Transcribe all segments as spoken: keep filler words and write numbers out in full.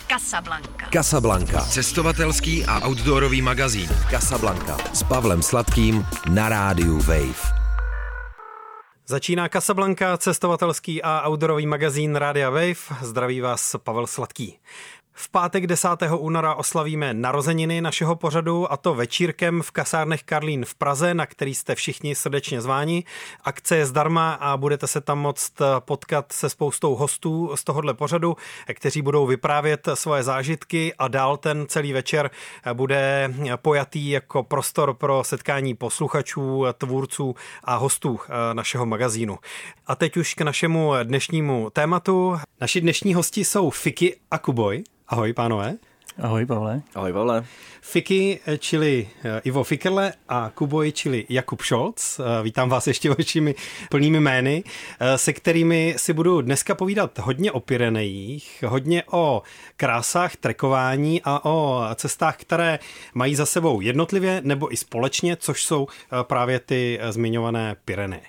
Casablanca. Casablanca. Cestovatelský a outdoorový magazín. Casablanca. S Pavlem Sladkým na rádiu Wave. Začíná Casablanca, cestovatelský a outdoorový magazín Rádia Wave. Zdraví vás Pavel Sladký. V pátek desátého února oslavíme narozeniny našeho pořadu, a to večírkem v kasárnech Karlín v Praze, na který jste všichni srdečně zváni. Akce je zdarma a budete se tam moct potkat se spoustou hostů z tohohle pořadu, kteří budou vyprávět svoje zážitky, a dál ten celý večer bude pojatý jako prostor pro setkání posluchačů, tvůrců a hostů našeho magazínu. A teď už k našemu dnešnímu tématu. Naši dnešní hosti jsou Fiky a Kuboj. Ahoj, pánové. Ahoj, Pavle. Ahoj, Pavle. Fiky, čili Ivo Fikerle, a Kuboj, čili Jakub Scholz. Vítám vás ještě vašimi plnými jmény, se kterými si budu dneska povídat hodně o Pyrenejích, hodně o krásách trekování a o cestách, které mají za sebou jednotlivě nebo i společně, což jsou právě ty zmiňované Pyreneje.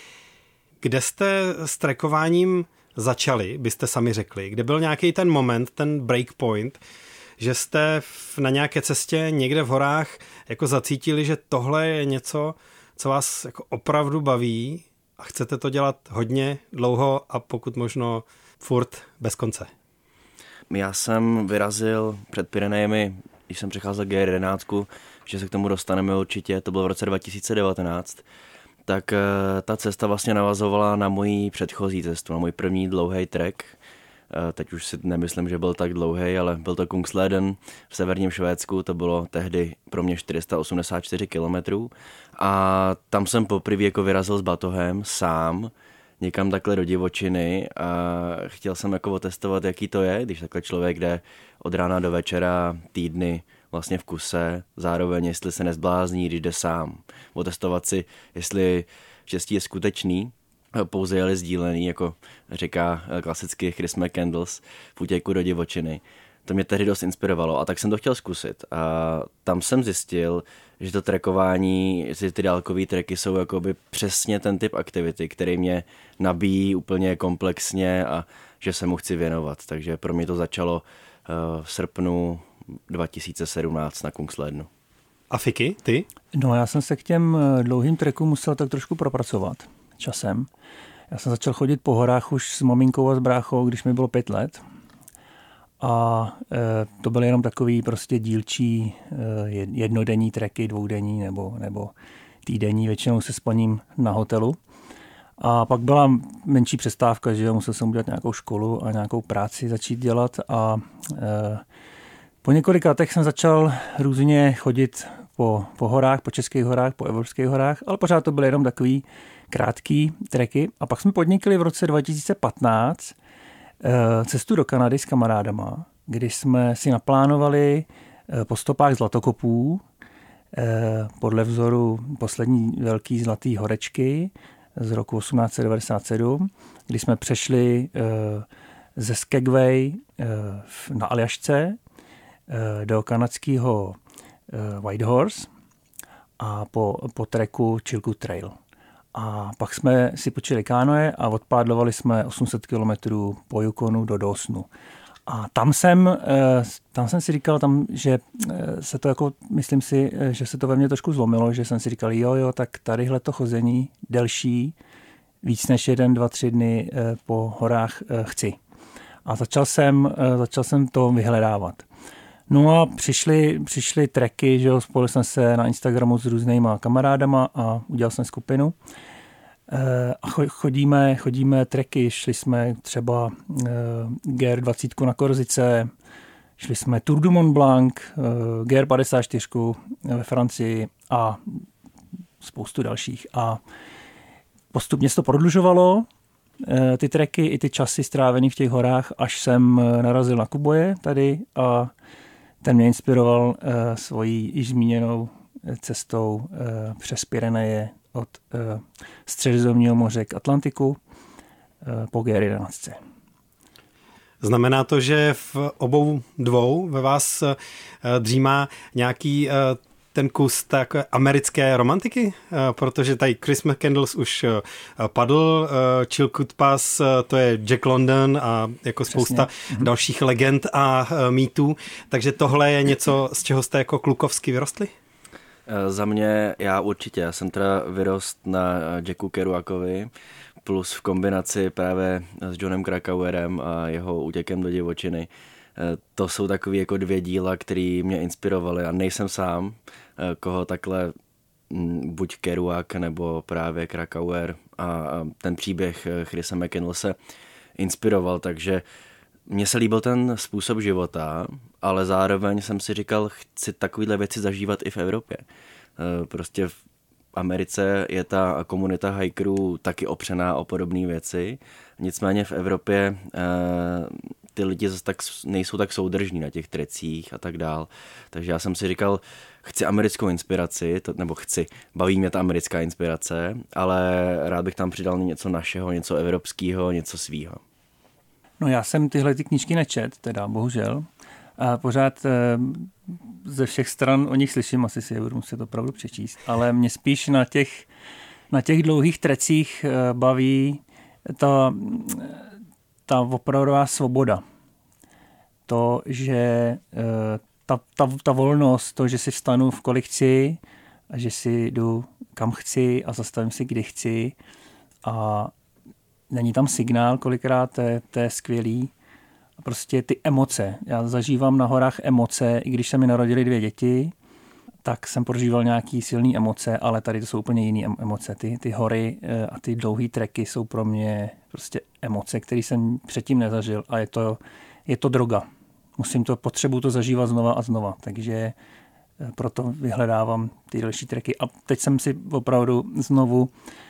Kde jste s trekováním začali, byste sami řekli? Kde byl nějaký ten moment, ten breakpoint, že jste na nějaké cestě někde v horách jako zacítili, že tohle je něco, co vás jako opravdu baví a chcete to dělat hodně dlouho a pokud možno furt bez konce? Já jsem vyrazil před Pyrenejemi, když jsem přecházel G jedenáct, že se k tomu dostaneme určitě, to bylo v roce dva tisíce devatenáct, tak ta cesta vlastně navazovala na moji předchozí cestu, na můj první dlouhý trek. Teď už si nemyslím, že byl tak dlouhý, ale byl to Kungsleden v severním Švédsku, to bylo tehdy pro mě čtyři sta osmdesát čtyři kilometrů. A tam jsem poprvé jako vyrazil s batohem sám, někam takhle do divočiny, a chtěl jsem jako otestovat, jaký to je, když takhle člověk jde od rána do večera týdny vlastně v kuse, zároveň jestli se nezblázní, když jde sám. Otestovat si, jestli štěstí je skutečný, pouze je sdílený, jako říká klasicky Chris McCandless v útěku do divočiny. To mě tehdy dost inspirovalo a tak jsem to chtěl zkusit. A tam jsem zjistil, že to trekování, že ty dálkové treky jsou jakoby přesně ten typ aktivity, který mě nabíjí úplně komplexně a že se mu chci věnovat. Takže pro mě to začalo v srpnu dva tisíce sedmnáct na Kungsledenu. A Fiky, ty? No, já jsem se k těm dlouhým trekům musel tak trošku propracovat časem. Já jsem začal chodit po horách už s maminkou a s bráchou, když mi bylo pět let. A e, to byly jenom takový prostě dílčí e, jednodenní treky, dvoudenní nebo, nebo týdenní, většinou se spaním na hotelu. A pak byla menší přestávka, že musel jsem udělat nějakou školu a nějakou práci začít dělat a e, po několika letech jsem začal různě chodit po, po horách, po českých horách, po evropských horách, ale pořád to byly jenom takový krátký treky. A pak jsme podnikli v roce dva tisíce patnáct e, cestu do Kanady s kamarádama, kdy jsme si naplánovali e, po stopách zlatokopů e, podle vzoru poslední velký zlatý horečky z roku osmnáct set devadesát sedm, kdy jsme přešli e, ze Skagway e, na Aljašce do kanadského Whitehorse a po, po treku Chilkoot Trail. A pak jsme si počili kánoe a odpádlovali jsme osm set kilometrů po Yukonu do Dawsonu. A tam jsem, tam jsem si říkal, tam, že se to jako, myslím si, že se to ve mně trošku zlomilo, že jsem si říkal, jo, jo, tak tadyhle to chození delší, víc než jeden, dva, tři dny po horách chci. A začal jsem, začal jsem to vyhledávat. No a přišly, přišly treky, že jo, spojil jsem se na Instagramu s různýma kamarádama a udělal jsem skupinu. E, a chodíme, chodíme treky, šli jsme třeba e, G R dvacet na Korzice, šli jsme Tour du Mont Blanc, e, G R padesát čtyři ve Francii a spoustu dalších. A postupně se to prodlužovalo, e, ty treky i ty časy strávený v těch horách, až jsem narazil na Kuboje tady a ten mě inspiroval uh, svojí již zmíněnou cestou uh, přes Pyreneje od uh, Středozemního moře k Atlantiku uh, po G jedenáct. Znamená to, že v obou dvou ve vás uh, dřímá nějaký uh, ten kus takové americké romantiky, protože tady Chris McCandless už padl, Chilkoot Pass, to je Jack London a jako spousta Přesně. dalších legend a mýtů, takže tohle je něco, z čeho jste jako klukovsky vyrostli? Za mě, já určitě, já jsem teda vyrost na Jacku Kerouakovi, plus v kombinaci právě s Johnem Krakauerem a jeho Útěkem do divočiny. To jsou takové jako dvě díla, které mě inspirovaly a nejsem sám, koho takhle buď Kerouac nebo právě Krakauer a ten příběh Chrise McCandlesse inspiroval, takže mně se líbil ten způsob života, ale zároveň jsem si říkal, chci takovéhle věci zažívat i v Evropě. Prostě v Americe je ta komunita hikerů taky opřená o podobné věci, nicméně v Evropě ty lidi zase tak nejsou tak soudržní na těch trecích a tak dál. Takže já jsem si říkal, chci americkou inspiraci, to, nebo chci, baví mě ta americká inspirace, ale rád bych tam přidal něco našeho, něco evropského, něco svýho. No já jsem tyhle ty knížky nečet, teda bohužel. A pořád e, ze všech stran o nich slyším, asi si je budu muset opravdu přečíst, ale mě spíš na těch, na těch dlouhých trecích e, baví ta, ta opravdová svoboda. To, že e, ta, ta, ta volnost, to, že si vstanu v kolik chci a že si jdu kam chci a zastavím si, kdy chci a není tam signál kolikrát, to je, to je skvělý. A prostě ty emoce. Já zažívám na horách emoce, i když se mi narodily dvě děti, tak jsem prožíval nějaký silný emoce, ale tady to jsou úplně jiné emoce. Ty, ty hory a ty dlouhé treky jsou pro mě prostě emoce, které jsem předtím nezažil a je to, je to droga. Musím to, potřebuji to zažívat znova a znova, takže proto vyhledávám ty další treky. A teď jsem si opravdu znovu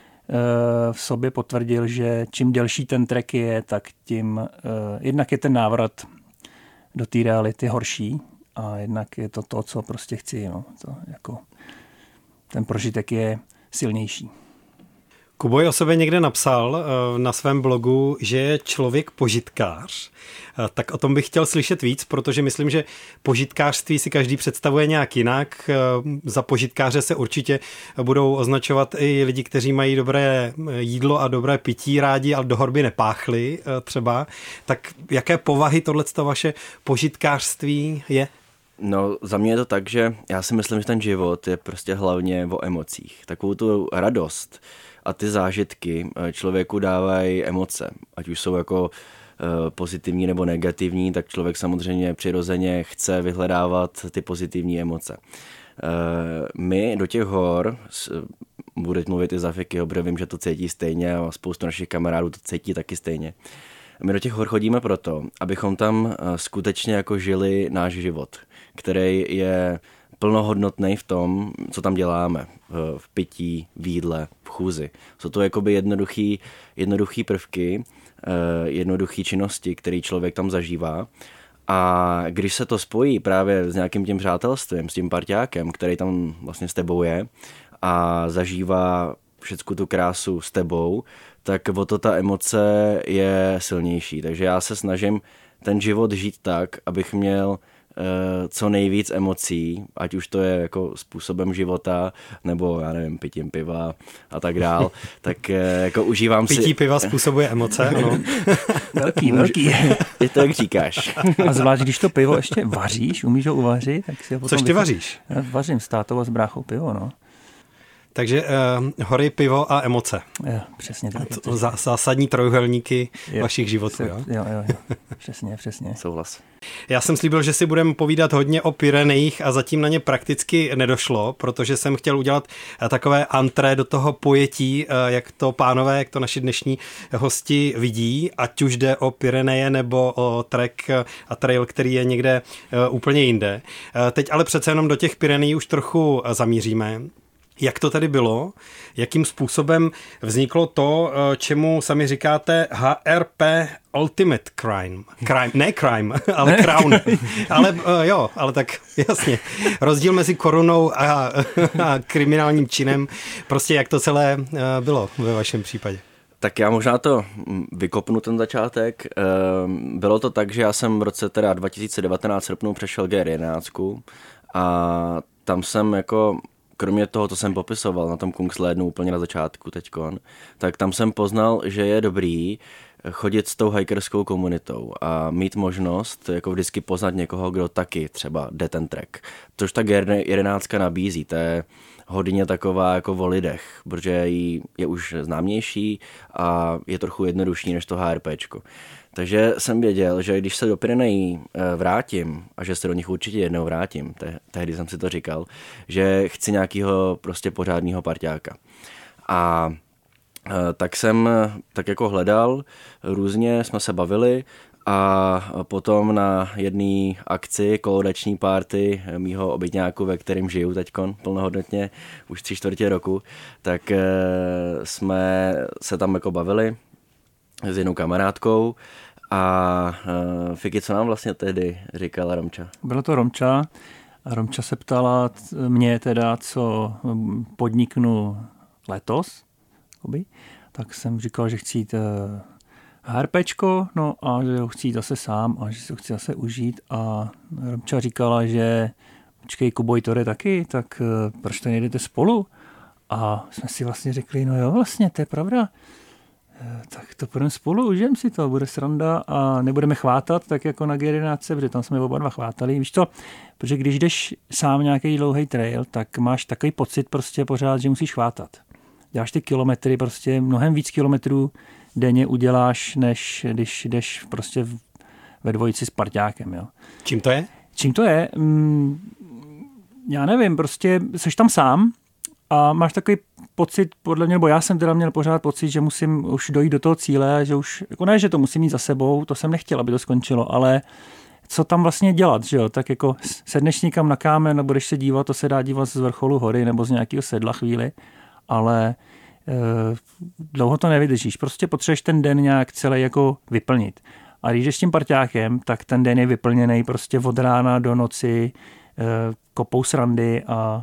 v sobě potvrdil, že čím delší ten trek je, tak tím uh, jednak je ten návrat do té reality horší a jednak je to to, co prostě chci. No. To jako, ten prožitek je silnější. Kuboj o sobě někde napsal na svém blogu, že je člověk požitkář. Tak o tom bych chtěl slyšet víc, protože myslím, že požitkářství si každý představuje nějak jinak. Za požitkáře se určitě budou označovat i lidi, kteří mají dobré jídlo a dobré pití rádi, ale do hor by nepáchli třeba. Tak jaké povahy tohleto vaše požitkářství je? No, za mě je to tak, že já si myslím, že ten život je prostě hlavně o emocích. Takovou tu radost a ty zážitky člověku dávají emoce, ať už jsou jako e, pozitivní nebo negativní, tak člověk samozřejmě přirozeně chce vyhledávat ty pozitivní emoce. E, my do těch hor, budete mluvit i za Fikyho, protože vím, že to cítí stejně a spoustu našich kamarádů to cítí taky stejně. My do těch hor chodíme proto, abychom tam skutečně jako žili náš život, který je plnohodnotný v tom, co tam děláme, v pití, v jídle, v chůzi. Jsou to jakoby jednoduchý, jednoduchý prvky, jednoduchý činnosti, který člověk tam zažívá. A když se to spojí právě s nějakým tím přátelstvím, s tím parťákem, který tam vlastně s tebou je a zažívá všecku tu krásu s tebou, tak o to ta emoce je silnější. Takže já se snažím ten život žít tak, abych měl co nejvíc emocí, ať už to je jako způsobem života, nebo já nevím, pitím piva a tak dál, tak jako užívám Pití si... Pití piva způsobuje emoce, ano. Velký, velký. Je to, jak říkáš. A zvlášť, když to pivo ještě vaříš, umíš ho uvařit, tak si ho potom... Což ty vaříš? Já vařím s tátou a s bráchou pivo, no. Takže uh, hory, pivo a emoce. Jo, přesně tak. To, to zásadní trojuhelníky jo, vašich životů, jo? Jo, jo, jo. Přesně, přesně. Souhlas. Já jsem slíbil, že si budeme povídat hodně o Pyrenejích a zatím na ně prakticky nedošlo, protože jsem chtěl udělat takové antré do toho pojetí, jak to pánové, jak to naši dnešní hosti vidí, ať už jde o Pyreneje nebo o trek a trail, který je někde úplně jinde. Teď ale přece jenom do těch Pyrenejí už trochu zamíříme. Jak to tady bylo? Jakým způsobem vzniklo to, čemu sami říkáte H R P Ultimate Crime? Crime, ne crime, ale crown. Ale jo, ale tak jasně. Rozdíl mezi korunou a, a kriminálním činem. Prostě jak to celé bylo ve vašem případě? Tak já možná to vykopnu ten začátek. Bylo to tak, že já jsem v roce teda dva tisíce devatenáct srpnu přešel G R jedenáct a tam jsem jako, kromě toho, co jsem popisoval na tom Kungslednu úplně na začátku teďkon, tak tam jsem poznal, že je dobrý chodit s tou hikerskou komunitou a mít možnost jako vždycky poznat někoho, kdo taky třeba jde ten trek. Což ta G jedenáct nabízí, to je hodně taková jako o lidech, protože je už známější a je trochu jednodušší než to HRPčko. Takže jsem věděl, že když se do Pyrenejí vrátím, a že se do nich určitě jednou vrátím, te- tehdy jsem si to říkal, že chci nějakého prostě pořádného parťáka. A tak jsem tak jako hledal, různě jsme se bavili a potom na jedné akci kolaudační party mýho obytňáku, ve kterém žiju teďkon plnohodnotně už tři čtvrtě roku, tak jsme se tam jako bavili s jednou kamarádkou a Fiky, co nám vlastně tehdy říkala Romča? Byla to Romča a Romča se ptala mě teda, co podniknu letos, tak jsem říkal, že chci jít HRPčko, no a že ho chci jít zase sám a že si ho chci zase užít a Romča říkala, že počkej, Kuboj to jde taky, tak proč to nejdete spolu? A jsme si vlastně řekli, no jo, vlastně, to je pravda, tak to půjdeme spolu, užijem si to, bude sranda a nebudeme chvátat, tak jako na G jedenáct, protože tam jsme oba dva chvátali, víš to, protože když jdeš sám nějaký dlouhý trail, tak máš takový pocit prostě pořád, že musíš chvátat. Děláš ty kilometry, prostě mnohem víc kilometrů denně uděláš, než když jdeš prostě ve dvojici s parťákem. Jo. Čím to je? Čím to je? Já nevím, prostě jsi tam sám a máš takový pocit, podle mě, nebo já jsem teda měl pořád pocit, že musím už dojít do toho cíle, že už, jako ne, že to musím mít za sebou, to jsem nechtěl, aby to skončilo, ale co tam vlastně dělat, že jo, tak jako sedneš někam na kámen, nebo budeš se dívat, to se dá dívat z vrcholu hory nebo z nějakého sedla chvíli, ale e, dlouho to nevydržíš. Prostě potřebuješ ten den nějak celý jako vyplnit. A když jdeš tím parťákem, tak ten den je vyplněný prostě od rána do noci e, kopou srandy a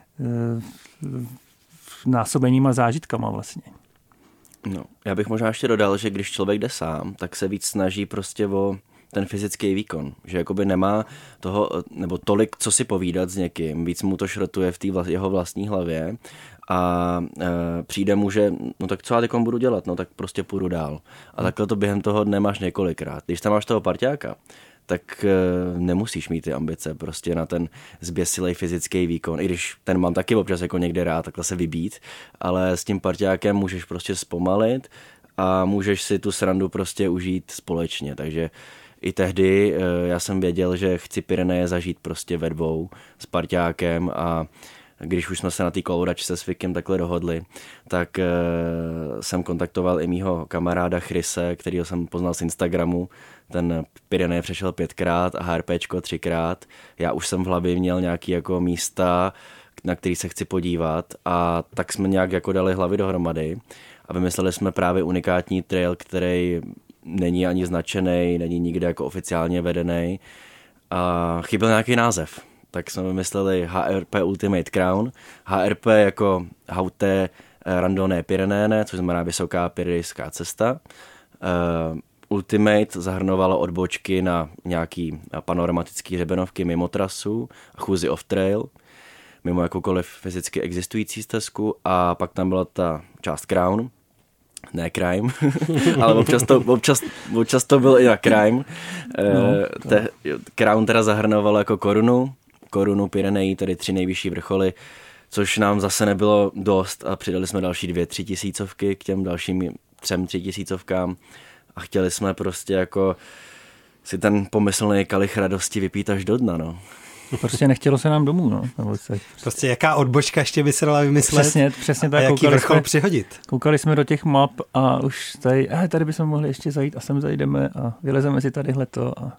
e, násobeníma zážitkama vlastně. No, já bych možná ještě dodal, že když člověk jde sám, tak se víc snaží prostě o ten fyzický výkon, že jakoby nemá toho, nebo tolik, co si povídat s někým, víc mu to šrotuje v té vla, jeho vlastní hlavě a e, přijde mu, že no tak co já teď budu dělat, no tak prostě půjdu dál. A takhle to během toho dne máš několikrát. Když tam máš toho parťáka, tak e, nemusíš mít ty ambice prostě na ten zběsilej fyzický výkon, i když ten mám taky občas jako někde rád takhle se vybít, ale s tím parťákem můžeš prostě zpomalit a můžeš si tu srandu prostě užít společně, takže i tehdy já jsem věděl, že chci Pyreneje zažít prostě ve dvou s parťákem a když už jsme se na té kolaudačce s Fikem takhle dohodli, tak jsem kontaktoval i mýho kamaráda Chrise, kterýho jsem poznal z Instagramu. Ten Pyreneje přešel pětkrát a HRPčko třikrát. Já už jsem v hlavě měl nějaký jako místa, na který se chci podívat a tak jsme nějak jako dali hlavy dohromady a vymysleli jsme právě unikátní trail, který není ani značený, není nikde jako oficiálně vedený a chyběl nějaký název. Tak jsme vymysleli H R P Ultimate Crown. H R P jako Haute Randonnée Pyrenéenne, což znamená vysoká pyrenejská cesta. Uh, Ultimate zahrnovalo odbočky na nějaký panoramatický hřebenovky mimo trasu, chůzi off trail, mimo jakoukoliv fyzicky existující stezku a pak tam byla ta část Crown, ne crime, ale občas to, občas, občas to byl i na crime. No, Te, Crown teda zahrnovalo jako korunu, korunu Pyrenejí, tedy tři nejvyšší vrcholy, což nám zase nebylo dost a přidali jsme další dvě, tři tisícovky k těm dalším třem, tři tisícovkám a chtěli jsme prostě jako si ten pomyslný kalich radosti vypít až do dna, no. Prostě nechtělo se nám domů, no. Prostě jaká odbočka ještě by se dala vymyslet přesně, přesně tak, a jaký vrchol jsme, přihodit. Koukali jsme do těch map a už tady, eh, tady bychom mohli ještě zajít a sem zajdeme a vylezeme si tadyhleto. A,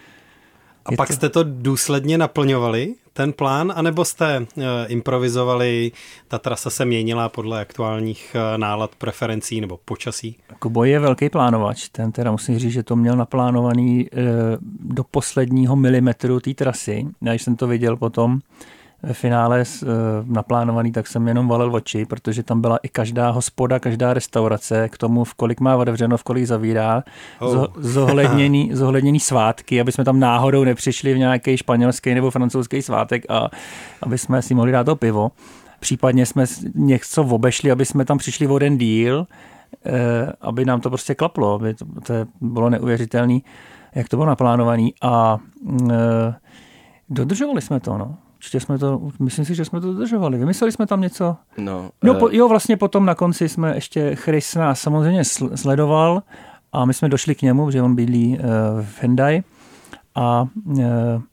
a pak to... jste to důsledně naplňovali, ten plán, anebo jste uh, improvizovali, ta trasa se měnila podle aktuálních uh, nálad, preferencí nebo počasí? Kuboj je velký plánovač, ten teda musím říct, že to měl naplánovaný uh, do posledního milimetru té trasy. Já když jsem to viděl potom ve finále naplánovaný, tak jsem jenom valil oči, protože tam byla i každá hospoda, každá restaurace k tomu, v kolik má otevřeno, v kolik zavírá, oh. zohledněný, zohledněný svátky, aby jsme tam náhodou nepřišli v nějaký španělský nebo francouzský svátek a aby jsme si mohli dát to pivo. Případně jsme něco obešli, aby jsme tam přišli o den díl, aby nám to prostě klaplo, aby to, to bylo neuvěřitelné, jak to bylo naplánovaný a e, dodržovali jsme to, no. Určitě jsme to, myslím si, že jsme to dodržovali. Vymysleli jsme tam něco? No, no po, jo, vlastně potom na konci jsme ještě, Chris nás samozřejmě sledoval a my jsme došli k němu, že on bydlí e, v Hendai a e,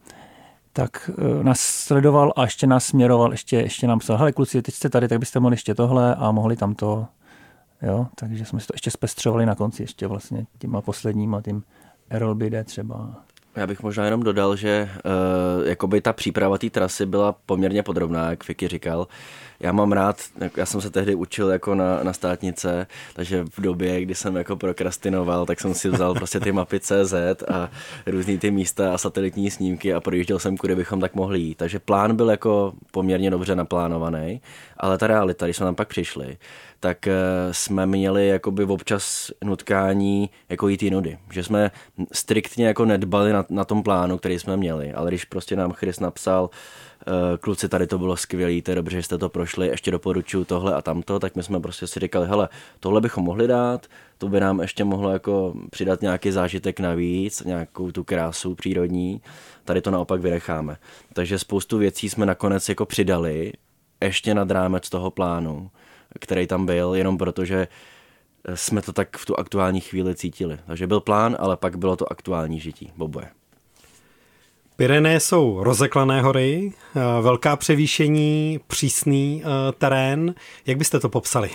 tak e, nás sledoval a ještě nás směroval, ještě, ještě nám psal, hele kluci, teď jste tady, tak byste mohli ještě tohle a mohli tam to. Jo, takže jsme si to ještě zpestřovali na konci, ještě vlastně těma posledníma, tím Errol Bide třeba. Já bych možná jenom dodal, že uh, jakoby ta příprava té trasy byla poměrně podrobná, jak Fiky říkal. Já mám rád, já jsem se tehdy učil jako na, na státnice, takže v době, kdy jsem jako prokrastinoval, tak jsem si vzal prostě ty mapy C Z a různý ty místa a satelitní snímky a projížděl jsem, kudy bychom tak mohli jít. Takže plán byl jako poměrně dobře naplánovaný, ale ta realita, když jsme tam pak přišli, tak jsme měli jakoby občas nutkání jako jít jinudy. Že jsme striktně jako nedbali na, na tom plánu, který jsme měli, ale když prostě nám Chris napsal, kluci, tady to bylo skvělý, to je dobře, že jste to prošli, ještě doporučuju tohle a tamto, tak my jsme prostě si říkali, hele, tohle bychom mohli dát, to by nám ještě mohlo jako přidat nějaký zážitek navíc, nějakou tu krásu přírodní, tady to naopak vynecháme. Takže spoustu věcí jsme nakonec jako přidali ještě nad rámec toho plánu, který tam byl, jenom protože jsme to tak v tu aktuální chvíli cítili. Takže byl plán, ale pak bylo to aktuální žití, oboje. Pyreneje jsou rozeklané hory, velká převýšení, přísný terén. Jak byste to popsali?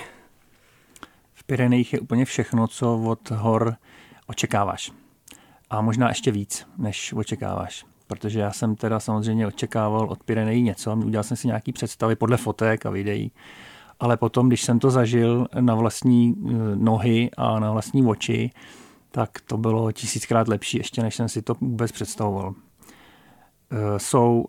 V Pyrenejích je úplně všechno, co od hor očekáváš. A možná ještě víc, než očekáváš. Protože já jsem teda samozřejmě očekával od Pyrenejí něco. Udělal jsem si nějaký představy podle fotek a videí. Ale potom, když jsem to zažil na vlastní nohy a na vlastní oči, tak to bylo tisíckrát lepší, ještě než jsem si to vůbec představoval. Jsou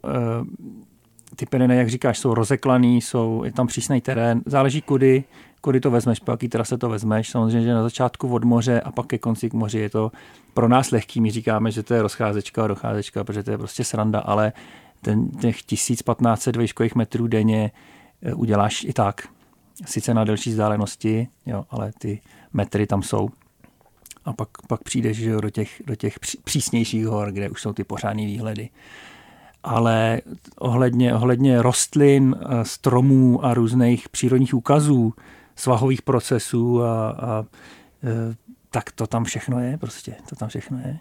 ty Pyreneje, jak říkáš, jsou rozeklaný, jsou, je tam přísný terén, záleží kudy, kudy to vezmeš, po jaký trase to vezmeš. Samozřejmě, že na začátku od moře a pak ke konci k moři je to pro nás lehký. My říkáme, že to je rozcházečka a docházečka, protože to je prostě sranda, ale ten, těch tisíc patnáct set výškových metrů denně uděláš i tak. Sice na delší vzdálenosti, jo, ale ty metry tam jsou. A pak, pak přijdeš že jo, do těch, do těch přísnějších hor, kde už jsou ty pořádný výhledy. Ale ohledně, ohledně rostlin, stromů a různých přírodních úkazů, svahových procesů, a, a, tak to tam všechno je prostě. To tam všechno je.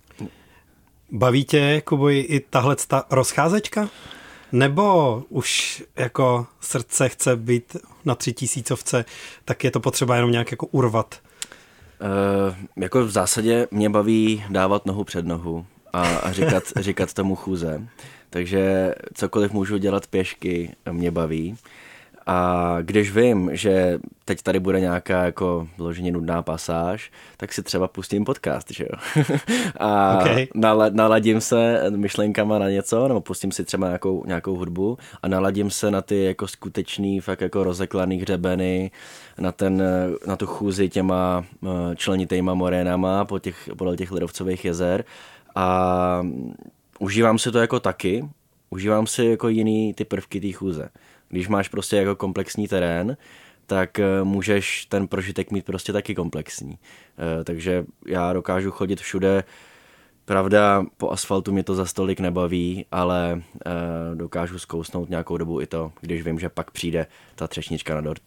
Baví tě, Kuboji, i tahle rozcházečka? Nebo už jako srdce chce být na tři tisícovce, tak je to potřeba jenom nějak jako urvat? Uh, jako v zásadě mě baví dávat nohu před nohu a, a říkat, říkat tomu chůze. Takže cokoliv můžu dělat pěšky, mě baví. A když vím, že teď tady bude nějaká jako vloženě nudná pasáž, tak si třeba pustím podcast, že jo. A okay. naladím se myšlenkama na něco, nebo pustím si třeba nějakou, nějakou hudbu a naladím se na ty jako skutečný, fakt jako rozeklaný hřebeny, na, ten, na tu chůzi těma členitejma morénama po těch, podle těch ledovcových jezer a užívám si to jako taky, užívám si jako jiný ty prvky té chůze. Když máš prostě jako komplexní terén, tak můžeš ten prožitek mít prostě taky komplexní. Takže já dokážu chodit všude. Pravda, po asfaltu mě to za stolik nebaví, ale dokážu zkousnout nějakou dobu i to, když vím, že pak přijde ta třešnička na dortu.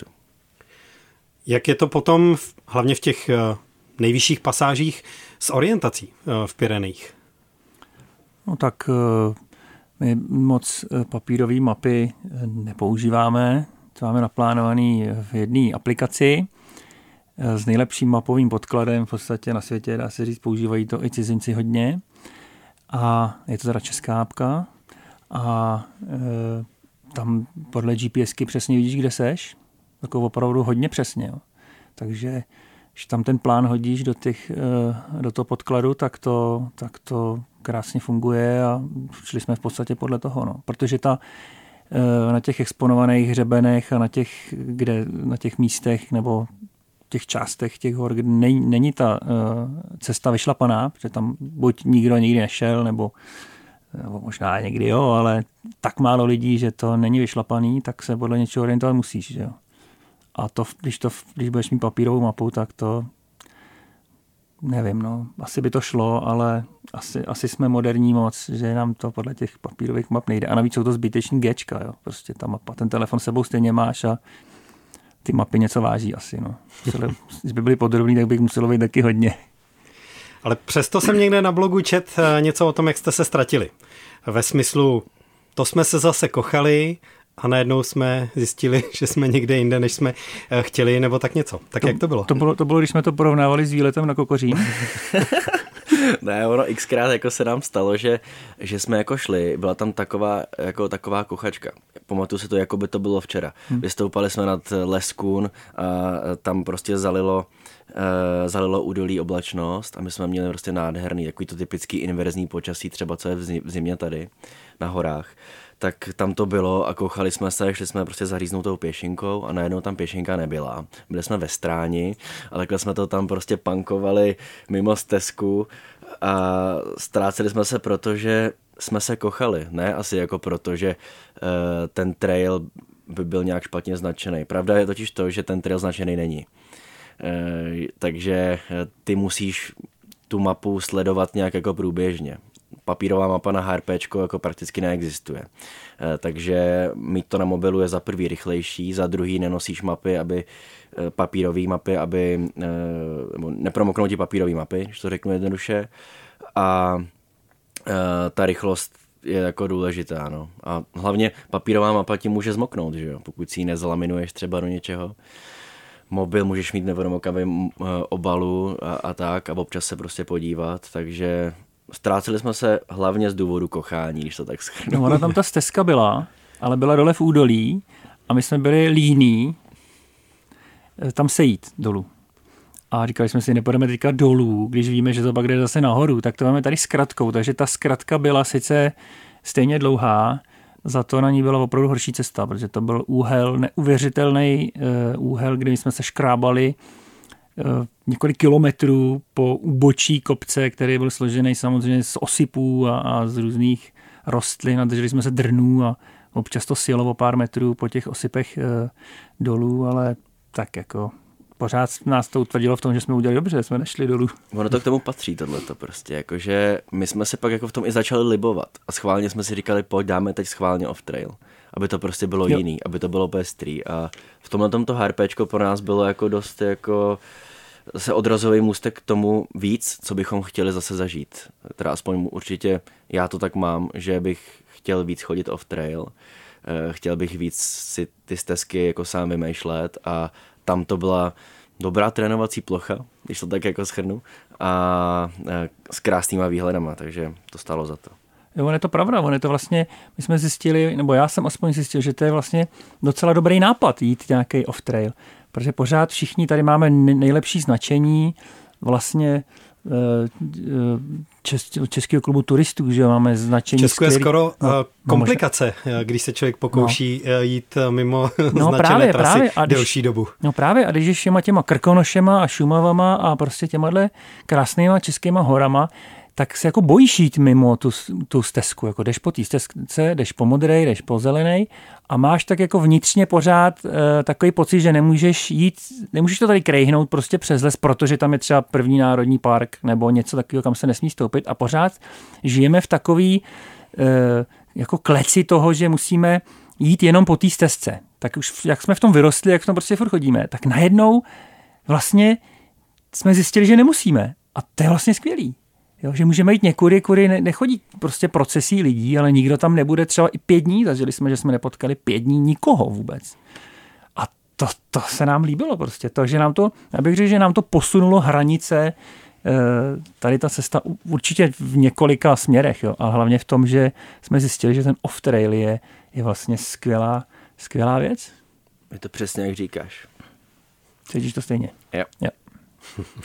Jak je to potom, hlavně v těch nejvyšších pasážích, s orientací v Pyrenejích? No tak my moc papírové mapy nepoužíváme. To máme naplánovaný v jedné aplikaci s nejlepším mapovým podkladem v podstatě na světě, dá se říct, používají to i cizinci hodně. A je to teda česká apka a e, tam podle GPSky přesně vidíš, kde seš. Jako opravdu hodně přesně. Jo. Takže když tam ten plán hodíš do, těch, do toho podkladu, tak to, tak to krásně funguje a šli jsme v podstatě podle toho. No. Protože ta, na těch exponovaných hřebenech a na těch, kde, na těch místech nebo těch částech těch hor, kde není, není ta uh, cesta vyšlapaná, protože tam buď nikdo nikdy nešel, nebo, nebo možná někdy jo, ale tak málo lidí, že to není vyšlapaný, tak se podle něčeho orientovat musíš. Že jo? A to, když, to, když budeš mít papírovou mapu, tak to nevím, no, asi by to šlo, ale asi, asi jsme moderní moc, že nám to podle těch papírových map nejde. A navíc jsou to zbyteční gečka, jo, prostě ta mapa, ten telefon sebou stejně máš a ty mapy něco váží asi, no. Museli, když by byly podrobný, tak bych muselo být taky hodně. Ale přesto jsem někde na blogu čet něco o tom, jak jste se ztratili. Ve smyslu, to jsme se zase kochali a najednou jsme zjistili, že jsme někde jinde, než jsme chtěli, nebo tak něco. Tak to, jak to bylo? To bylo, to bylo, když jsme to porovnávali s výletem na Kokořín. Ne, ono xkrát jako se nám stalo, že, že jsme jako šli, byla tam taková, jako taková kuchačka. Pamatuju si to, jako by to bylo včera. Hmm. Vystoupali jsme nad Les Kun a tam prostě zalilo, uh, zalilo údolí oblačnost a my jsme měli prostě nádherný, takový to typický inverzní počasí, třeba co je v zimě tady na horách. Tak tam to bylo a kouchali jsme se, šli jsme prostě zaříznout tou pěšinkou a najednou tam pěšinka nebyla. Byli jsme ve Stráni, ale takhle jsme to tam prostě punkovali mimo stezku a ztráceli jsme se, protože jsme se kochali. Ne asi jako proto, že uh, ten trail by byl nějak špatně značený. Pravda je totiž to, že ten trail značený není. Uh, takže ty musíš tu mapu sledovat nějak jako průběžně. Papírová mapa na HRPčko jako prakticky neexistuje. Takže mít to na mobilu je za prvý rychlejší, za druhý nenosíš mapy, aby papírové mapy, aby nepromoknou ti papírové mapy, když to řeknu jednoduše. A ta rychlost je jako důležitá. No. A hlavně papírová mapa ti může zmoknout, že jo? Pokud si ji nezalaminuješ třeba do něčeho. Mobil můžeš mít nepromokavém obalu a, a tak a občas se prostě podívat, takže ztráceli jsme se hlavně z důvodu kochání, když to tak shrnu. No, ona tam ta stezka byla, ale byla dole v údolí a my jsme byli líní tam sejít dolů. A říkali jsme si, nepůjdeme teďka dolů, když víme, že to pak jde zase nahoru, tak to máme tady zkratkou. Takže ta zkratka byla sice stejně dlouhá, za to na ní byla opravdu horší cesta, protože to byl úhel, neuvěřitelný uh, úhel, kdy jsme se škrábali několik kilometrů po úbočí kopce, který byl složený samozřejmě z osypů a, a z různých rostlin a drželi jsme se drnů a občas to sjelo o pár metrů po těch osypech e, dolů, ale tak jako pořád nás to utvrdilo v tom, že jsme udělali dobře, jsme nešli dolů. Ono to k tomu patří, tohleto prostě, jakože my jsme se pak jako v tom i začali libovat a schválně jsme si říkali, pojď dáme teď schválně off trail, aby to prostě bylo jo. jiný, aby to bylo pestrý a v tomhle tomto HRPčko pro nás bylo jako dost jako zase odrazový můstek k tomu víc, co bychom chtěli zase zažít. Teda aspoň určitě já to tak mám, že bych chtěl víc chodit off trail, chtěl bych víc si ty stezky jako sám vymýšlet a tam to byla dobrá trénovací plocha, když to tak jako shrnu, a s krásnýma výhledama, takže to stálo za to. Jo, on je to pravda, on je to vlastně, my jsme zjistili, nebo já jsem aspoň zjistil, že to je vlastně docela dobrý nápad jít nějaký off trail, protože pořád všichni tady máme nejlepší značení vlastně čes, Českého klubu turistů, že máme značení. Česku je skoro no, komplikace, no, když se člověk pokouší no. jít mimo no, značené právě, trasy právě. A když, delší dobu. No právě, a když je všema těma Krkonošema a Šumavama a prostě těmahle krásnýma českýma horama, tak se jako bojíš jít mimo tu, tu stezku. Jako jdeš po té stezce, jdeš po modrej, jdeš po zelenej a máš tak jako vnitřně pořád uh, takový pocit, že nemůžeš jít, nemůžeš to tady krejhnout prostě přes les, protože tam je třeba první národní park nebo něco takového, kam se nesmí stoupit a pořád žijeme v takový uh, jako kleci toho, že musíme jít jenom po té stezce. Tak už jak jsme v tom vyrostli, jak v tom prostě furt chodíme, tak najednou vlastně jsme zjistili, že nemusíme. A to je vlastně skvělý. Jo, že můžeme jít někudy, kudy ne, nechodí prostě procesí lidí, ale nikdo tam nebude třeba i pět dní. Zažili jsme, že jsme nepotkali pět dní nikoho vůbec. A to, to se nám líbilo prostě. Takže nám to, já bych řekl, že nám to posunulo hranice tady ta cesta určitě v několika směrech, jo, ale hlavně v tom, že jsme zjistili, že ten off-trail je, je vlastně skvělá, skvělá věc. Je to přesně, jak říkáš. Cítíš to stejně? Jo. jo.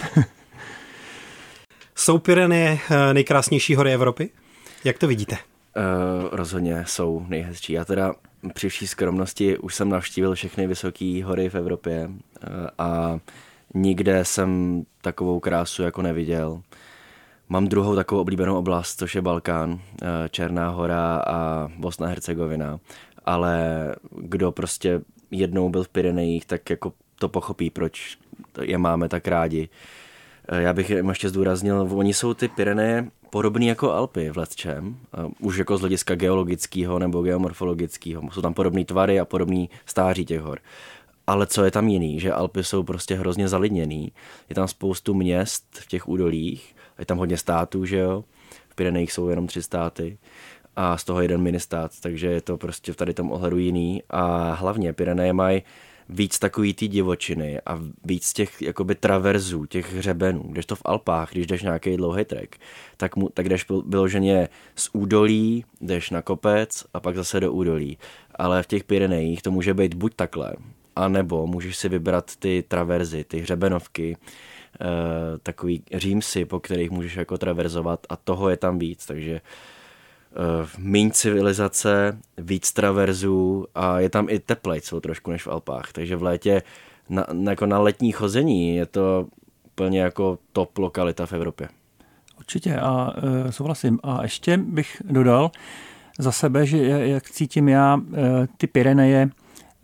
Jsou Pyreneje nejkrásnější hory Evropy? Jak to vidíte? rozhodně jsou nejhezčí. Já teda při vší skromnosti už jsem navštívil všechny vysoké hory v Evropě uh, a nikde jsem takovou krásu jako neviděl. Mám druhou takovou oblíbenou oblast, což je Balkán, Černá hora a Bosna a Hercegovina. Ale kdo prostě jednou byl v Pyrenejích, tak jako to pochopí, proč je máme tak rádi. Já bych ještě zdůraznil, oni jsou ty Pyreneje podobný jako Alpy v lecčem, už jako z hlediska geologického nebo geomorfologického. Jsou tam podobný tvary a podobný stáří těch hor. Ale co je tam jiný, že Alpy jsou prostě hrozně zalidněný. Je tam spoustu měst v těch údolích, je tam hodně států, že jo. V Pyrenejích jsou jenom tři státy a z toho jeden ministát, takže je to prostě v tady tom ohledu jiný. A hlavně Pyreneje mají víc takový ty divočiny a víc těch jakoby traverzů, těch hřebenů. Když to v Alpách, když jdeš nějaký dlouhý trek, tak, mu, tak jdeš vyloženě z údolí, jdeš na kopec a pak zase do údolí. Ale v těch Pyrenejích to může být buď takhle, a nebo můžeš si vybrat ty traverzy, ty hřebenovky, eh, takový římsy, po kterých můžeš jako traverzovat a toho je tam víc, takže eh, míň civilizace, víc traverzů a je tam i teplejc trošku než v Alpách, takže v létě na, jako na letní chození je to úplně jako top lokalita v Evropě. Určitě a e, souhlasím. A ještě bych dodal za sebe, že jak cítím já e, ty Pyreneje, e,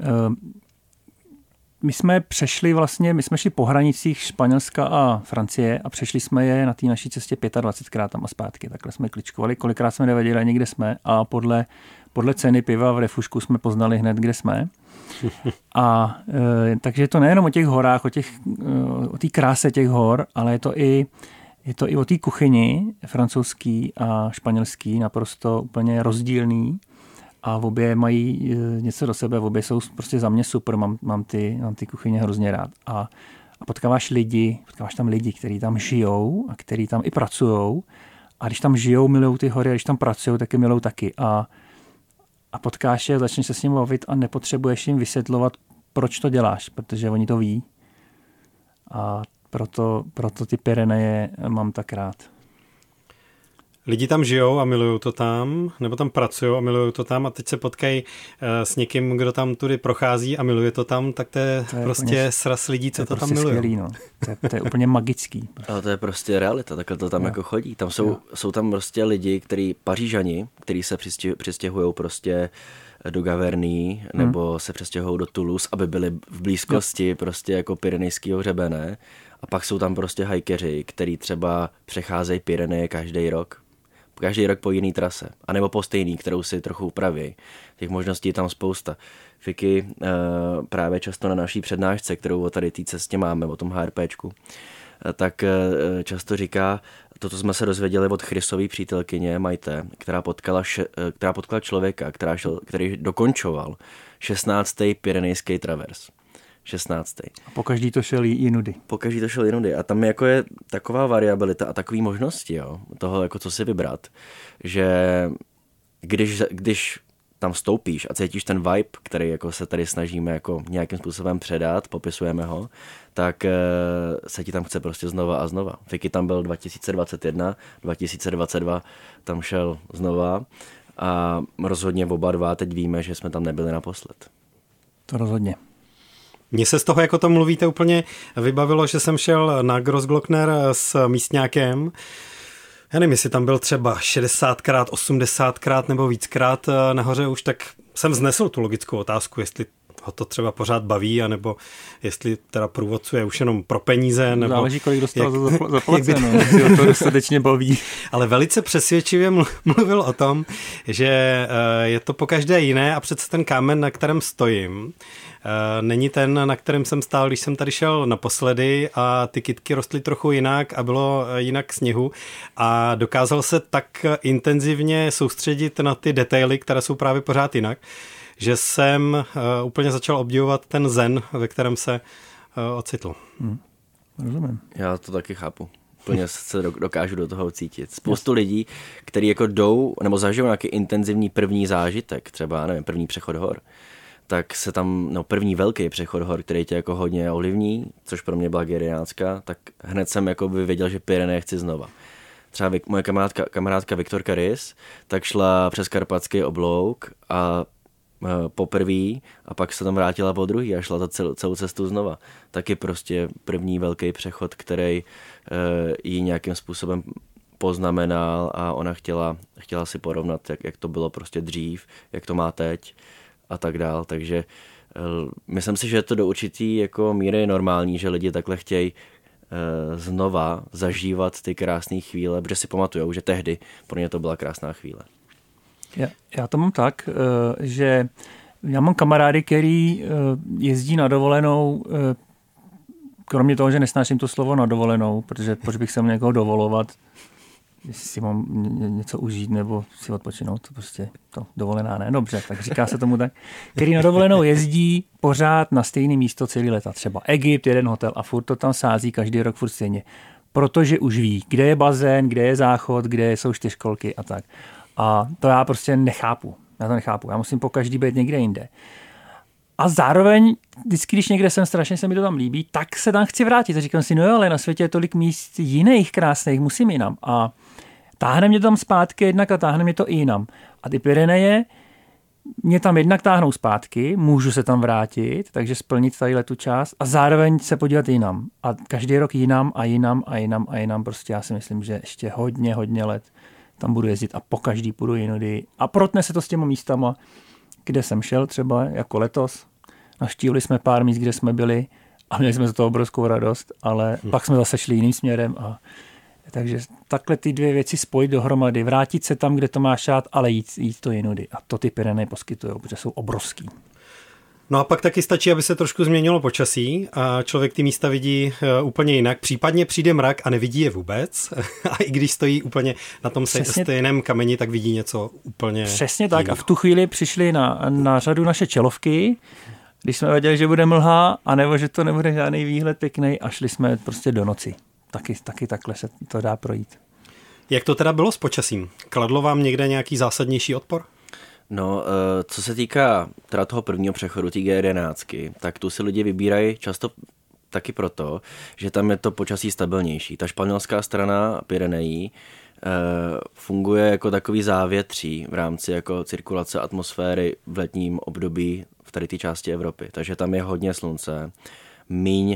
my jsme přešli vlastně, my jsme šli po hranicích Španělska a Francie a přešli jsme je na té naší cestě dvacetpětkrát tam a zpátky. Takhle jsme kličkovali, kolikrát jsme nevěděli ani kde jsme a podle, podle ceny piva v refušku jsme poznali hned, kde jsme. A e, takže je to nejenom o těch horách, o těch, o té kráse těch hor, ale je to i, je to i o té kuchyni francouzský a španělský, naprosto úplně rozdílný. A obě mají něco do sebe, obě jsou prostě za mě super, mám, mám, ty, mám ty kuchyně hrozně rád. A, a potkáváš lidi, potkáváš tam lidi, kteří tam žijou a kteří tam i pracujou. A když tam žijou, milujou ty hory, a když tam pracují, tak je milujou taky. A, a potkáš je, začneš se s ním bavit a nepotřebuješ jim vysvětlovat, proč to děláš, protože oni to ví. A proto, proto ty Pyreneje mám tak rád. Lidi tam žijou a milují to tam, nebo tam pracují a milují to tam a teď se potkají uh, s někým, kdo tam tudy prochází a miluje to tam, tak to je, to je prostě úplně, sraz lidí, co to, to prostě tam milují. No. To, je, to je úplně magický. Ale to je prostě realita, takhle to tam jo. jako chodí. Tam jsou, jsou tam prostě lidi, kteří Pařížani, kteří se přistěhují prostě do Gaverny nebo hmm. se přestěhují do Toulouse, aby byli v blízkosti jo. prostě jako pyrenejského hřebene. A pak jsou tam prostě hajkeři, kteří třeba přecházejí Pyreneje každý rok. Každý rok po jiný trase. A nebo po stejný, kterou si trochu upraví. Těch možností je tam spousta. Fiky uh, právě často na naší přednášce, kterou o tady té cestě máme, o tom HRPčku, uh, tak uh, často říká, toto jsme se dozvěděli od Chrisový přítelkyně Majte, která potkala, še, uh, která potkala člověka, která šel, který dokončoval šestnáctý pyrenejský travers. šestnáctý. A po každý to šel jinudy. Po každý to šel jinudy. A tam jako je taková variabilita a takový možnosti, jo, toho, jako co si vybrat, že když, když tam vstoupíš a cítíš ten vibe, který jako se tady snažíme jako nějakým způsobem předat, popisujeme ho, tak se ti tam chce prostě znova a znova. Fiky tam byl dva tisíce dvacet jedna, dva tisíce dvacet dva tam šel znova a rozhodně oba dva teď víme, že jsme tam nebyli naposled. To rozhodně. Mně se z toho, jako to mluvíte, úplně vybavilo, že jsem šel na Grossglockner s místňákem. Já nevím, jestli tam byl třeba šedesátkrát, osmdesátkrát nebo víckrát nahoře už, tak jsem vznesl tu logickou otázku, jestli ho to třeba pořád baví, anebo jestli teda průvodcu je už jenom pro peníze. Nebo záleží, kolik dostal jak, za zaplaceno, jestli ho to dostatečně baví. Ale velice přesvědčivě mluvil o tom, že je to pokaždé jiné a přece ten kámen, na kterém stojím, není ten, na kterém jsem stál, když jsem tady šel naposledy a ty kytky rostly trochu jinak a bylo jinak sněhu a dokázal se tak intenzivně soustředit na ty detaily, které jsou právě pořád jinak, že jsem uh, úplně začal obdivovat ten zen, ve kterém se uh, ocitl. Hmm. Rozumím. Já to taky chápu. Úplně se dokážu do toho cítit. Spoustu lidí, kteří jako jdou, nebo zažijou nějaký intenzivní první zážitek, třeba, nevím, první přechod hor, tak se tam, no první velký přechod hor, který tě jako hodně ovlivní, což pro mě byla Guerrinácka, tak hned jsem jako by věděl, že Pyreneje chci znova. třeba moje kamarádka, kamarádka Viktorka Rys, tak šla přes Karpatský oblouk a poprvé a pak se tam vrátila po druhý a šla ta celou, celou cestu znova. Taky prostě první velký přechod, který uh, ji nějakým způsobem poznamenal a ona chtěla, chtěla si porovnat, jak, jak to bylo prostě dřív, jak to má teď a tak dál. Takže uh, myslím si, že je to do určitý jako míry normální, že lidi takhle chtějí uh, znova zažívat ty krásné chvíle, protože si pamatujou, že tehdy pro ně to byla krásná chvíle. Já, já to mám tak, že já mám kamarády, který jezdí na dovolenou, kromě toho, že nesnáším to slovo na dovolenou, protože proč bych se měl někoho dovolovat, jestli si mám něco užít nebo si odpočinout, to prostě to dovolená ne, dobře, tak říká se tomu tak, který na dovolenou jezdí pořád na stejné místo celý leta, třeba Egypt, jeden hotel a furt to tam sází každý rok furt stejně, protože už ví, kde je bazén, kde je záchod, kde jsou čtyřkolky a tak. A to já prostě nechápu. Já to nechápu. Já musím po každý být někde jinde. A zároveň, vždycky, když někde jsem, strašně se mi to tam líbí, tak se tam chci vrátit. A říkám si, no jo, ale na světě je tolik míst jiných krásných, musím jinam. A táhne mě tam zpátky jednak a táhne mě to i jinam. A ty Pyreneje mě tam jednak táhnou zpátky, můžu se tam vrátit, takže splnit tady tu část a zároveň se podívat jinam. A každý rok jinam a jinam a jinam a jinam. Prostě já si myslím, že ještě hodně, hodně let tam budu jezdit a po každý půjdu jinudy. A protne se to s těma místama, kde jsem šel třeba, jako letos. Navštívili jsme pár míst, kde jsme byli a měli jsme z toho obrovskou radost, ale hmm. pak jsme zase šli jiným směrem. A takže takhle ty dvě věci spojit dohromady, vrátit se tam, kde to máš rád, ale jít, jít to jinudy. A to ty Pyreneje poskytují, protože jsou obrovský. No a pak taky stačí, aby se trošku změnilo počasí a člověk ty místa vidí uh, úplně jinak. Případně přijde mrak a nevidí je vůbec. A i když stojí úplně na tom Přesně... stejném kameni, tak vidí něco úplně Přesně tak. jiného. A v tu chvíli přišly na, na řadu naše čelovky, když jsme věděli, že bude mlha, anebo že to nebude žádný výhled pěkný a šli jsme prostě do noci. Taky, taky takhle se to dá projít. Jak to teda bylo s počasím? Kladlo vám někde nějaký zásadnější odpor? No, co se týká teda toho prvního přechodu, té G jedenáct, tak tu si lidi vybírají často taky proto, že tam je to počasí stabilnější. Ta španělská strana Pyrenejí funguje jako takový závětří v rámci jako cirkulace atmosféry v letním období v tady té části Evropy. Takže tam je hodně slunce, míň,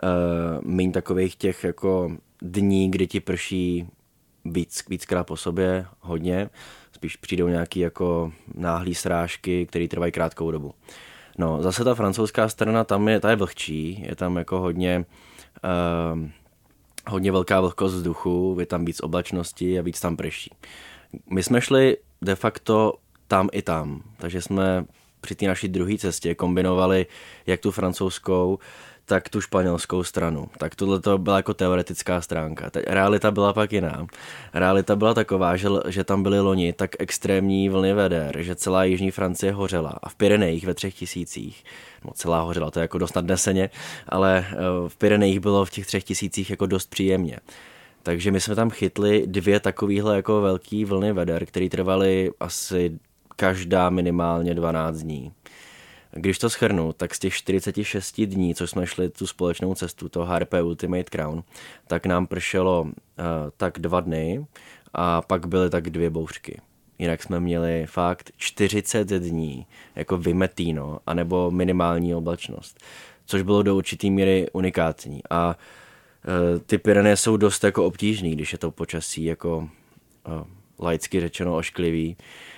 míň takových těch jako dní, kdy ti prší víc, víckrát po sobě, hodně. Spíš přijdou nějaký jako náhlý srážky, které trvají krátkou dobu. No, zase ta francouzská strana, tam je, ta je vlhčí, je tam jako hodně, uh, hodně velká vlhkost vzduchu, je tam víc oblačnosti a víc tam prší. My jsme šli de facto tam i tam, takže jsme při té naší druhé cestě kombinovali jak tu francouzskou, tak tu španělskou stranu. Tak tohle to byla jako teoretická stránka. Ta realita byla pak jiná. Realita byla taková, že, že tam byly loni tak extrémní vlny veder, že celá jižní Francie hořela a v Pyrenejích ve třech tisících, no celá hořela, to je jako dost nadneseně, ale v Pyrenejích bylo v těch třech tisících jako dost příjemně. Takže my jsme tam chytli dvě takovýhle jako velký vlny veder, které trvaly asi každá minimálně dvanáct dní. Když to shrnu, tak z těch čtyřicet šest dní, co jsme šli tu společnou cestu, toho H R P Ultimate Crown, tak nám pršelo uh, tak dva dny a pak byly tak dvě bouřky. Jinak jsme měli fakt čtyřicet dní jako vymetíno, anebo minimální oblačnost, což bylo do určitý míry unikátní. A uh, ty Pyreneje jsou dost jako obtížný, když je to počasí jako uh, laicky řečeno ošklivý.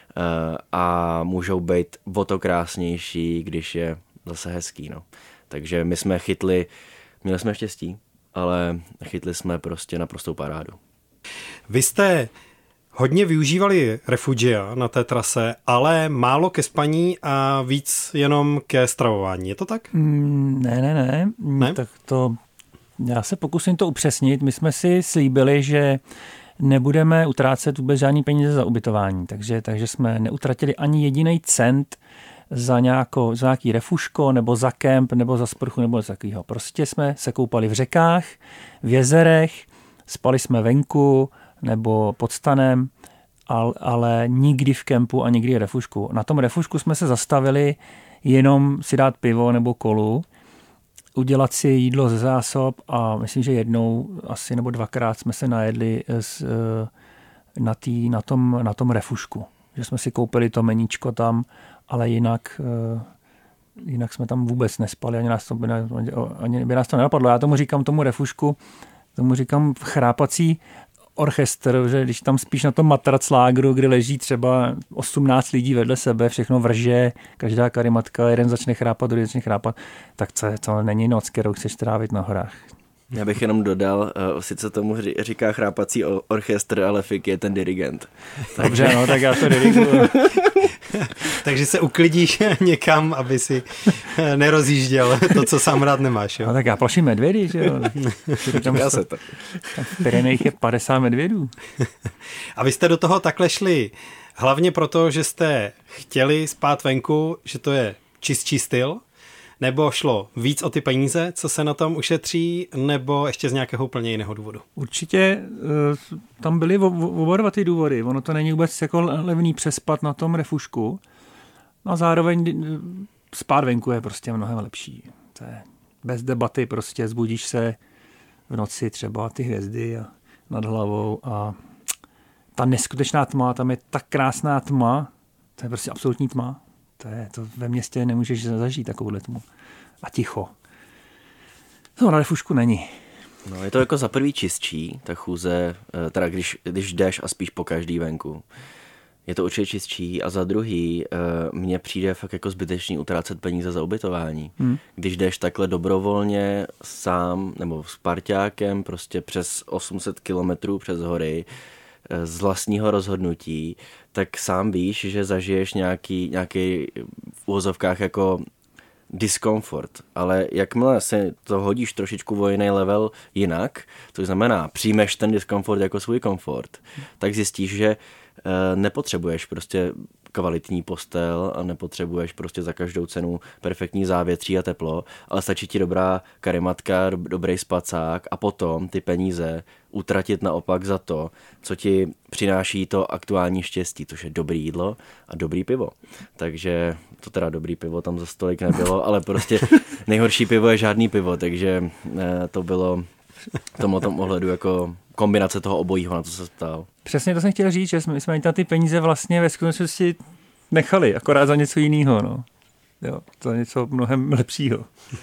A můžou být o to krásnější, když je zase hezký. No. Takže my jsme chytli, měli jsme štěstí, ale chytli jsme prostě naprostou parádu. Vy jste hodně využívali refugia na té trase, ale málo ke spaní a víc jenom ke stravování. Je to tak? Mm, ne, ne, ne. ne? Tak to, já se pokusím to upřesnit. My jsme si slíbili, že nebudeme utrácet vůbec žádný peníze za ubytování, takže, takže jsme neutratili ani jediný cent za, nějako, za nějaký refuško, nebo za kemp, nebo za sprchu, nebo za takového. Prostě jsme se koupali v řekách, v jezerech, spali jsme venku, nebo pod stanem, ale, ale nikdy v kempu a nikdy v refušku. Na tom refušku jsme se zastavili jenom si dát pivo nebo kolu udělat si jídlo ze zásob a myslím, že jednou asi nebo dvakrát jsme se najedli z, na, tý, na, tom, na tom refušku. Že jsme si koupili to meníčko tam, ale jinak, jinak jsme tam vůbec nespali, ani, nás to, ani by nás to nenapadlo. Já tomu říkám tomu refušku, tomu říkám chrápací orchestr, že když tam spíš na tom matraclágru, kde leží třeba osmnáct lidí vedle sebe, všechno vrže, každá karimatka, jeden začne chrápat, druhý začne chrápat, tak to, to není noc, kterou chceš trávit na horách. Já bych jenom dodal, uh, sice tomu říká chrápací orchestr, ale Fik je ten dirigent. Dobře, no, tak já to diriguju. Takže se uklidíš někam, aby si nerozjížděl to, co sám rád nemáš. Jo? No tak já plaším medvědy, že jo. Tam já se to. V Pyrenejích je padesát medvědů. A vy jste do toho takhle šli hlavně proto, že jste chtěli spát venku, že to je čistší styl, nebo šlo víc o ty peníze, co se na tom ušetří, nebo ještě z nějakého úplně jiného důvodu? Určitě tam byly oba dva ty důvody. Ono to není vůbec jako levný přespat na tom refušku. A zároveň spát venku je prostě mnohem lepší. To je bez debaty, prostě zbudíš se v noci třeba ty hvězdy a nad hlavou a ta neskutečná tma, tam je tak krásná tma, to je prostě absolutní tma. To, je, to ve městě nemůžeš zažít takovouhle tmu. A ticho. To na refušku není. No, je to jako za prvý čistší, ta chůze, teda když, když jdeš a spíš po každý venku. Je to určitě čistší a za druhý mně přijde fakt jako zbytečný utrácet peníze za ubytování. Hmm. Když jdeš takhle dobrovolně sám nebo s parťákem prostě přes osm set kilometrů přes hory z vlastního rozhodnutí, tak sám víš, že zažiješ nějaký, nějaký v uvozovkách jako diskomfort, ale jakmile se to hodíš trošičku o jiný level jinak, to znamená přijmeš ten diskomfort jako svůj komfort, tak zjistíš, že nepotřebuješ prostě kvalitní postel a nepotřebuješ prostě za každou cenu perfektní závětří a teplo, ale stačí ti dobrá karimatka, dobrý spacák a potom ty peníze utratit naopak za to, co ti přináší to aktuální štěstí, což je dobrý jídlo a dobrý pivo. Takže to teda dobrý pivo tam za stolik nebylo, ale prostě nejhorší pivo je žádný pivo, takže to bylo v tomhle tom ohledu jako kombinace toho obojího, na to se ptal. Přesně to jsem chtěl říct, že jsme, jsme na ty peníze vlastně ve skutečnosti nechali, akorát za něco jiného. No. Jo, za něco mnohem lepšího.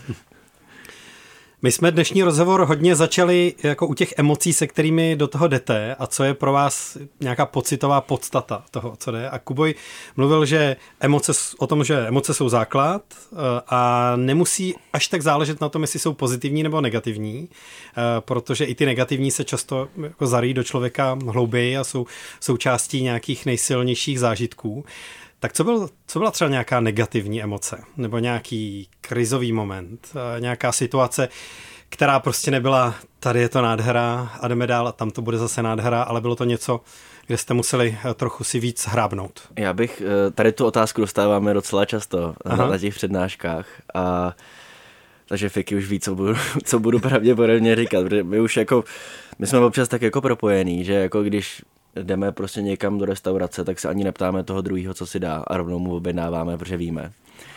My jsme dnešní rozhovor hodně začali jako u těch emocí, se kterými do toho jdete a co je pro vás nějaká pocitová podstata toho, co jde. A Kuboj mluvil, že emoce, o tom, že emoce jsou základ a nemusí až tak záležet na tom, jestli jsou pozitivní nebo negativní, protože i ty negativní se často jako zaryjí do člověka hlouběji a jsou součástí nějakých nejsilnějších zážitků. Tak co, byl, co byla třeba nějaká negativní emoce? Nebo nějaký krizový moment? Nějaká situace, která prostě nebyla, tady je to nádhera a jdeme dál a tam to bude zase nádhera, ale bylo to něco, kde jste museli trochu si víc hrábnout. Já bych, tady tu otázku dostáváme docela často na, na těch přednáškách a takže Fiky už ví, co budu, co budu pravděpodobně říkat, protože my už jako, my jsme občas tak jako propojení, že jako když jdeme prostě někam do restaurace, tak se ani neptáme toho druhého, co si dá a rovnou mu objednáváme, protože víme. E,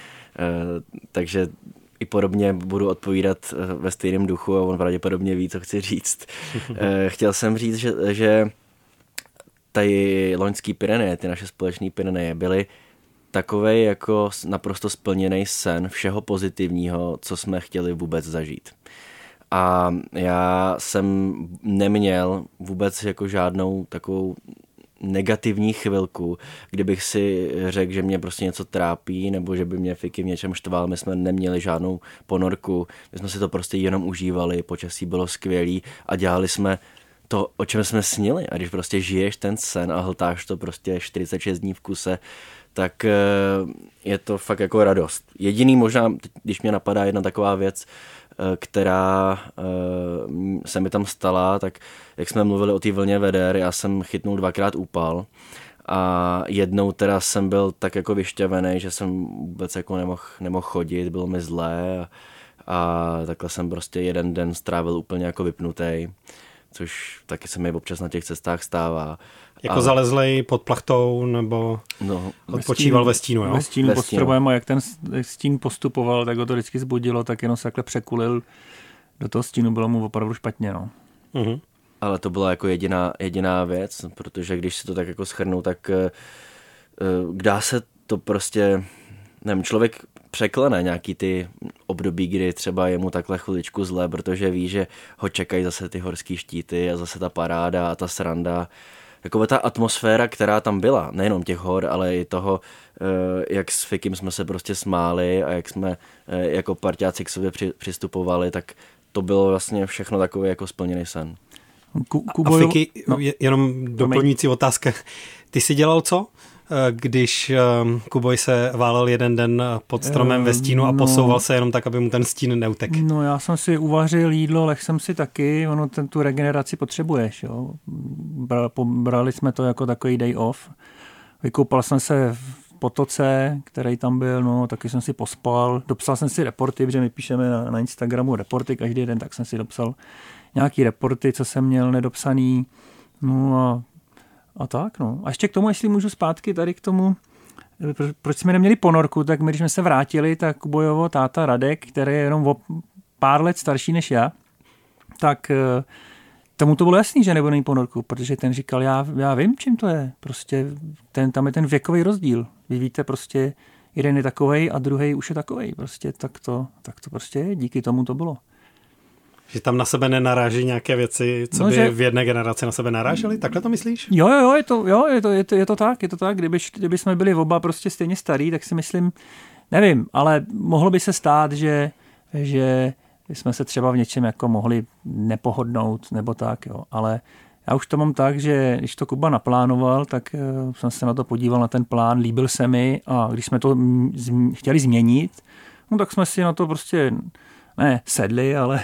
takže i podobně budu odpovídat ve stejném duchu a on pravděpodobně ví, co chci říct. E, chtěl jsem říct, že, že tady loňský Pyreneje, ty naše společné Pyreneje, byly takovej jako naprosto splněný sen všeho pozitivního, co jsme chtěli vůbec zažít. A já jsem neměl vůbec jako žádnou takovou negativní chvilku, kdybych si řekl, že mě prostě něco trápí, nebo že by mě Fiky v něčem štval. My jsme neměli žádnou ponorku, my jsme si to prostě jenom užívali, počasí bylo skvělý a dělali jsme to, o čem jsme snili. A když prostě žiješ ten sen a hltáš to prostě čtyřicet šest dní v kuse, tak je to fakt jako radost. Jediný možná, když mě napadá jedna taková věc, která se mi tam stala, tak jak jsme mluvili o té vlně veder, já jsem chytnul dvakrát úpal a jednou teda jsem byl tak jako vyšťavený, že jsem vůbec jako nemohl, nemohl chodit, bylo mi zlé a, a takhle jsem prostě jeden den strávil úplně jako vypnutý, což taky se mi občas na těch cestách stává. Jako ale... zalezlej pod plachtou nebo no, odpočíval ve stínu, jo? Ve stínu Ve pod stínu. stromem a jak ten stín postupoval, tak ho to vždycky zbudilo, tak jenom se takhle překulil do toho stínu, bylo mu opravdu špatně, no. Mhm. Ale to byla jako jediná, jediná věc, protože když si to tak jako shrnu, tak uh, dá se to prostě, nevím, člověk překlene nějaký ty období, kdy třeba je mu takhle chviličku zle, protože ví, že ho čekají zase ty horský štíty a zase ta paráda a ta sranda. Jakoby ta atmosféra, která tam byla, nejenom těch hor, ale i toho, jak s Fikim jsme se prostě smáli a jak jsme jako parťáci k sobě přistupovali, tak to bylo vlastně všechno takový jako splněný sen. A Fiky, no. jenom doplňující otázka. Ty jsi dělal co, když Kuboj se válel jeden den pod stromem ve stínu a posouval no. se jenom tak, aby mu ten stín neutek? No já jsem si uvařil jídlo, leh jsem si taky, ono ten, tu regeneraci potřebuješ. Jo. Brali jsme to jako takový day off. Vykoupal jsem se v potoce, který tam byl, no taky jsem si pospal. Dopsal jsem si reporty, protože my píšeme na, na Instagramu reporty každý den, tak jsem si dopsal nějaký reporty, co jsem měl nedopsaný. No a A tak, no. A ještě k tomu, jestli můžu zpátky tady k tomu, proč jsme neměli ponorku, tak my, když jsme se vrátili, tak Kubojovo táta Radek, který je jenom o pár let starší než já, tak tomu to bylo jasný, že nebude mít ponorku, protože ten říkal, já, já vím, čím to je. Prostě ten, tam je ten věkový rozdíl. Vy víte, prostě jeden je takovej a druhý už je takovej. Prostě tak to, tak to prostě je. Díky tomu to bylo. Že tam na sebe nenaráží nějaké věci, co no, by že... v jedné generaci na sebe narážely? Takhle to myslíš? Jo, jo, je to, jo, je to, je to, je to tak, je to tak. Kdyby, kdyby jsme byli oba prostě stejně starý, tak si myslím, nevím, ale mohlo by se stát, že, že jsme se třeba v něčem jako mohli nepohodnout nebo tak, jo. Ale já už to mám tak, že když to Kuba naplánoval, tak jsem se na to podíval, na ten plán, líbil se mi a když jsme to chtěli změnit, no tak jsme si na to prostě, ne sedli, ale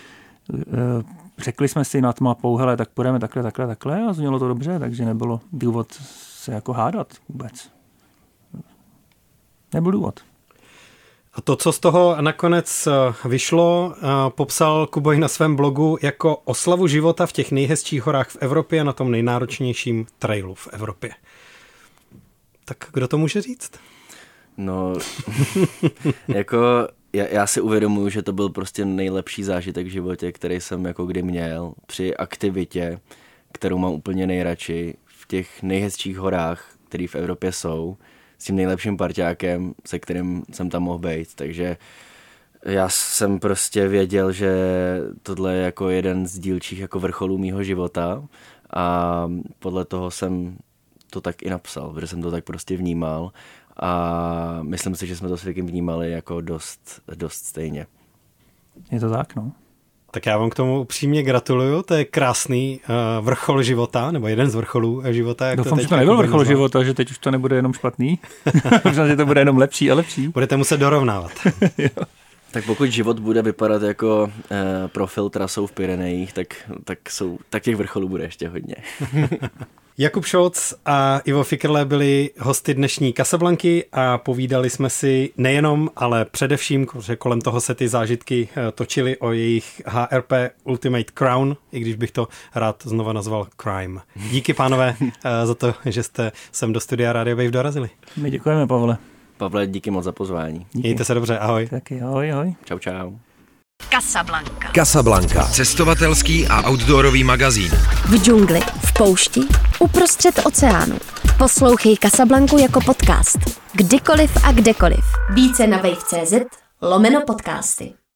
řekli jsme si nad mapou, hele, tak půjdeme takhle, takhle, takhle a znělo to dobře, takže nebylo důvod se jako hádat vůbec. Nebyl důvod. A to, co z toho nakonec vyšlo, popsal Kuboj na svém blogu jako oslavu života v těch nejhezčích horách v Evropě a na tom nejnáročnějším trailu v Evropě. Tak kdo to může říct? No, jako já, já si uvědomuji, že to byl prostě nejlepší zážitek v životě, který jsem jako kdy měl při aktivitě, kterou mám úplně nejradši v těch nejhezčích horách, které v Evropě jsou, s tím nejlepším parťákem, se kterým jsem tam mohl být, takže já jsem prostě věděl, že tohle je jako jeden z dílčích jako vrcholů mýho života a podle toho jsem to tak i napsal, protože jsem to tak prostě vnímal a myslím si, že jsme to s Fikim vnímali jako dost, dost stejně. Je to tak, no. Tak já vám k tomu upřímně gratuluju, to je krásný uh, vrchol života, nebo jeden z vrcholů života. Jak Doufám, to že to nebyl vrchol života, že teď už to nebude jenom špatný, že to bude jenom lepší a lepší. Budete muset dorovnávat. Tak pokud život bude vypadat jako eh, profil trasou v Pyrenejích, tak, tak, jsou, tak těch vrcholů bude ještě hodně. Jakub Scholz a Ivo Fikerle byli hosty dnešní Casablanky a povídali jsme si nejenom, ale především, že kolem toho se ty zážitky točily o jejich H R P Ultimate Crown, i když bych to rád znova nazval Crime. Díky, pánové, za to, že jste sem do studia Radio Wave dorazili. My děkujeme, Pavle. Pavle, díky moc za pozvání. Díky. Mějte se dobře, ahoj. Taky, ahoj, ahoj. Čau, čau. Casablanca. Casablanca. Cestovatelský a outdoorový magazín. V džungli, v poušti, uprostřed oceánu. Poslouchej Casablanku jako podcast. Kdykoliv a kdekoliv. Více na wave tečka cz lomeno podcasty.